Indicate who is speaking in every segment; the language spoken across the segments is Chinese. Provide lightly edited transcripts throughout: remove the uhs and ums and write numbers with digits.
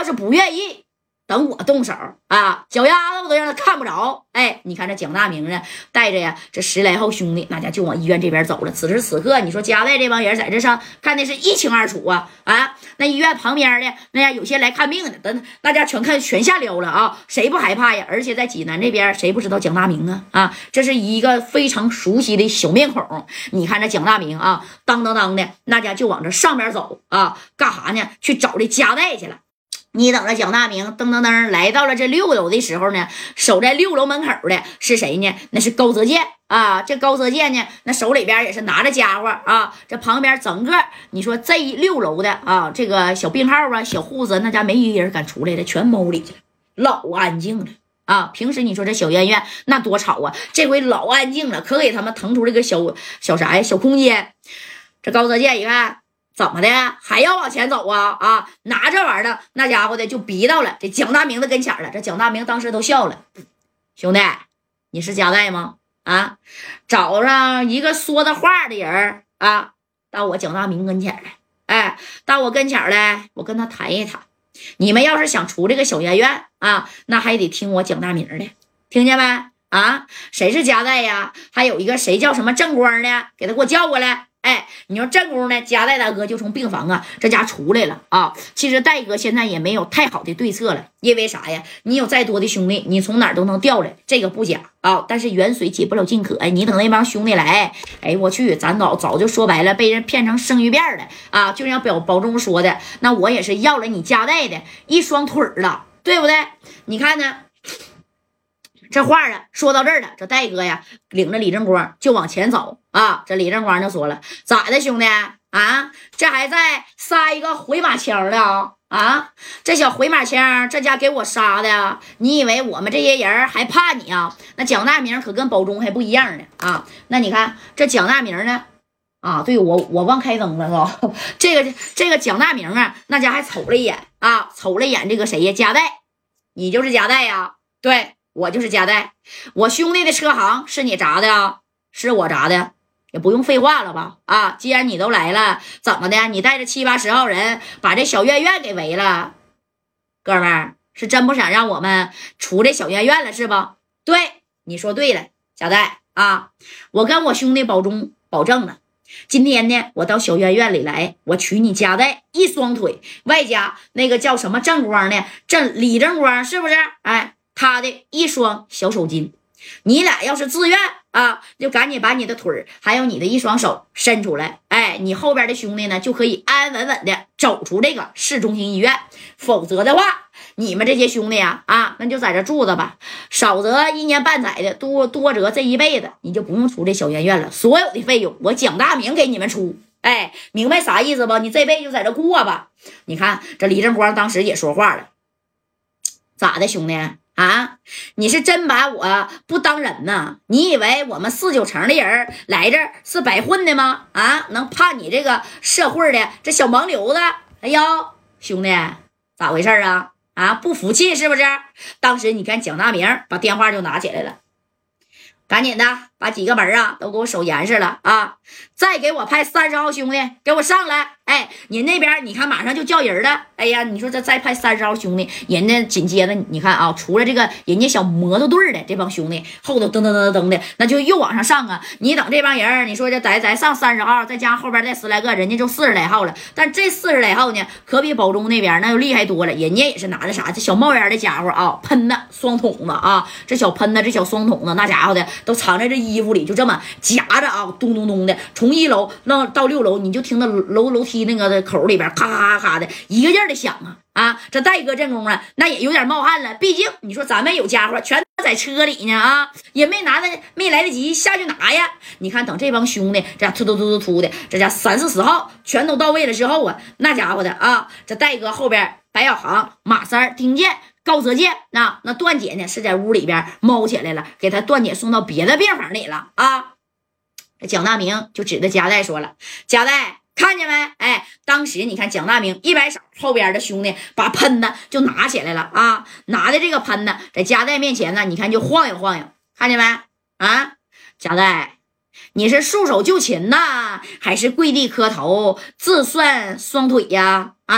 Speaker 1: 是不愿意，等我动手啊，脚丫子我都让他看不着。哎，你看这蒋大明呢，带着呀这10来号兄弟，那家就往医院这边走了。此时此刻，你说加代这帮人在这上看的是一清二楚啊！那医院旁边的那家有些来看病的，等大家全下撩了啊，谁不害怕呀？而且在济南这边，谁不知道蒋大明啊？这是一个非常熟悉的小面孔。你看这蒋大明啊，当当当的，那家就往这上边走啊，干啥呢？去找这加代去了。你等着蒋大明噔噔噔来到了这6楼的时候呢，守在6楼门口的是谁呢？那是高泽健啊。这高泽健呢，那手里边也是拿着家伙啊。这旁边整个你说这6楼的啊，这个小病号啊，小护士那家没一人敢出来的，全猫里去了，老安静了啊。平时你说这小院院那多吵啊，这回老安静了，可给他们腾出这个小啥呀，小空间。这高泽健一看，怎么的还要往前走啊？拿这玩意儿那家伙的就逼到了这蒋大明的跟前了。这蒋大明当时都笑了，兄弟，你是加代吗？啊，找上一个说的话的人啊，到我蒋大明跟前来，哎，到我跟前来，我跟他谈一谈。你们要是想出这个小院院啊，那还得听我蒋大明的，听见没？啊，谁是加代呀？还有一个谁叫什么正光的，给他给我叫过来。哎，你说正宫呢？加代大哥就从病房这家出来了啊。其实戴哥现在也没有太好的对策了，因为啥呀？你有再多的兄弟，你从哪儿都能调来，这个不假啊。但是远水解不了近渴，哎，你等那帮兄弟来，哎，我去，咱早就说白了，被人骗成生鱼片了啊！就像保中说的，那我也是要了你加代的一双腿了，对不对？你看呢？这话说到这儿了，这戴哥呀领着李正光就往前走啊。这李正光就说了，咋的兄弟啊？这还在杀一个回马枪的啊？这小回马枪这家给我杀的，你以为我们这些人还怕你啊？那蒋大明可跟保中还不一样呢啊。那你看这蒋大明呢啊，对，我忘开灯了啊。这个蒋大明啊，那家还瞅了一眼啊，瞅了一眼这个谁呀？加代，你就是加代呀？对，我就是加代，我兄弟的车行是你砸的啊？是我砸的，也不用废话了吧？啊，既然你都来了，怎么的？你带着7、80号人把这小院院给围了，哥们儿是真不想让我们出这小院院了是吧？对，你说对了，加代啊，我跟我兄弟保中保证了，今天呢，我到小院院里来，我取你加代一双腿，外加那个叫什么正光呢？李正光是不是？哎。他的一双小手巾，你俩要是自愿啊，就赶紧把你的腿还有你的一双手伸出来，哎，你后边的兄弟呢就可以安安稳稳的走出这个市中心医院。否则的话，你们这些兄弟啊，那就在这住着吧，少则1年半载的，多则这一辈子，你就不用出这小院院了，所有的费用我蒋大明给你们出。哎，明白啥意思吧？你这辈子就在这过吧。你看这李正光当时也说话了，咋的兄弟啊，你是真把我不当人呐？你以为我们4、9城的人来这儿是白混的吗？啊，能怕你这个社会的这小盲流子？哎呦，兄弟，咋回事啊？啊，不服气是不是？当时你看蒋大明把电话就拿起来了，赶紧的把几个门都给我守严实了啊！再给我派30号兄弟给我上来！哎，你那边你看马上就叫人了。哎呀，你说这再派30号兄弟，人家紧接着你看啊，除了这个人家小摩托队的这帮兄弟后头噔噔噔噔的，那就又往上上啊！你等这帮人，你说这咱上30号，再加上后边再10来个，人家就40来号了。但这40来号呢，可比保中那边那就厉害多了。人家也是拿着啥，这小冒烟的家伙啊，喷的双筒子啊，这小喷的这小双筒子，那家伙的都藏在这衣服里，就这么夹着啊，咚咚咚的，从1楼到6楼，你就听到楼梯那个口里边咔咔咔的一个劲儿的响啊！这戴哥正宫那也有点冒汗了，毕竟你说咱们有家伙全在车里呢啊，也没来得及下去拿呀。你看等这帮兄弟这突的，这家3、40号全都到位了之后啊，那家伙的啊，这戴哥后边白小航、马三、丁健、高泽健那段姐呢是在屋里边猫起来了，给他段姐送到别的病房里了啊。这蒋大明就指着加代说了，加代看见没？哎，当时你看蒋大明一摆手，后边的兄弟把喷子就拿起来了啊，拿的这个喷子在加代面前呢，你看就晃悠晃悠，看见没？啊，加代，你是束手就擒呐，还是跪地磕头自算双腿呀？啊，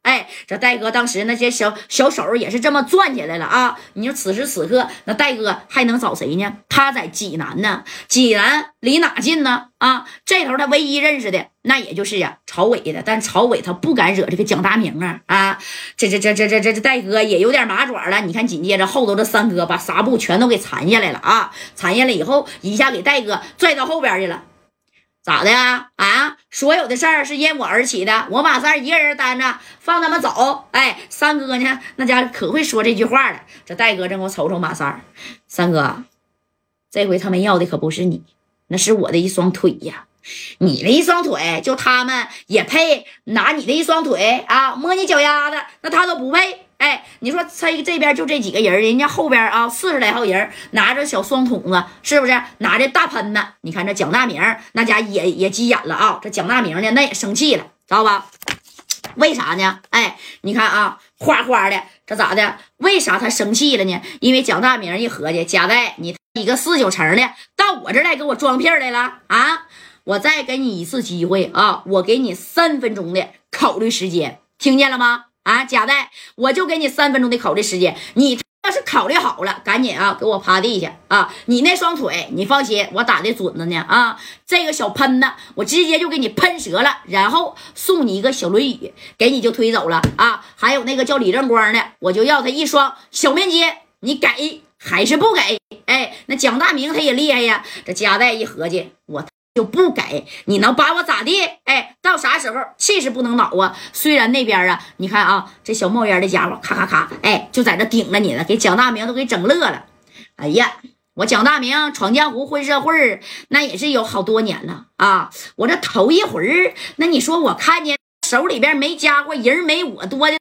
Speaker 1: 哎，这戴哥当时那些小手也是这么攥起来了啊！你说此时此刻，那戴哥还能找谁呢？他在济南呢，济南离哪近呢？啊，这头他唯一认识的那也就是曹伟的，但曹伟他不敢惹这个蒋大明啊！这戴哥也有点麻爪了。你看，紧接着后头这三哥把纱布全都给缠下来了啊！缠下来以后，一下给戴哥拽到后边去了。咋的呀？啊，所有的事儿是因我而起的，我马三一个人担着，放他们走。哎，三哥呢，那家可会说这句话了。这戴哥正给我瞅瞅马三，三哥，这回他们要的可不是你，那是我的一双腿呀！你的一双腿，就他们也配拿你的一双腿啊摸你脚丫子？那他都不配。哎，你说这边就这几个人，人家后边啊40来号人拿着小双筒子，是不是拿着大喷子？你看这蒋大明那家也急眼了啊！这蒋大明呢，那也生气了，知道吧？为啥呢？哎，你看啊，哗哗的，这咋的？为啥他生气了呢？因为蒋大明一合计，贾代你一个49成的到我这儿来给我装屁来了啊！我再给你一次机会啊！我给你3分钟的考虑时间，听见了吗？啊，贾代，我就给你3分钟的考虑时间，你要是考虑好了，赶紧啊给我趴地下啊！你那双腿，你放心，我打的准子呢啊！这个小喷子，我直接就给你喷折了，然后送你一个小轮椅，给你就推走了啊！还有那个叫李正光的，我就要他一双小面筋，你给还是不给？哎，那蒋大明他也厉害呀！这贾代一合计，我就不给，你能把我咋地？哎，到啥时候气势不能恼啊？虽然那边啊，你看啊，这小冒烟的家伙咔咔咔，哎，就在这顶着你了，给蒋大明都给整乐了。哎呀，我蒋大明闯江湖混社会那也是有好多年了啊！我这头一回那你说我看见手里边没家伙人没我多的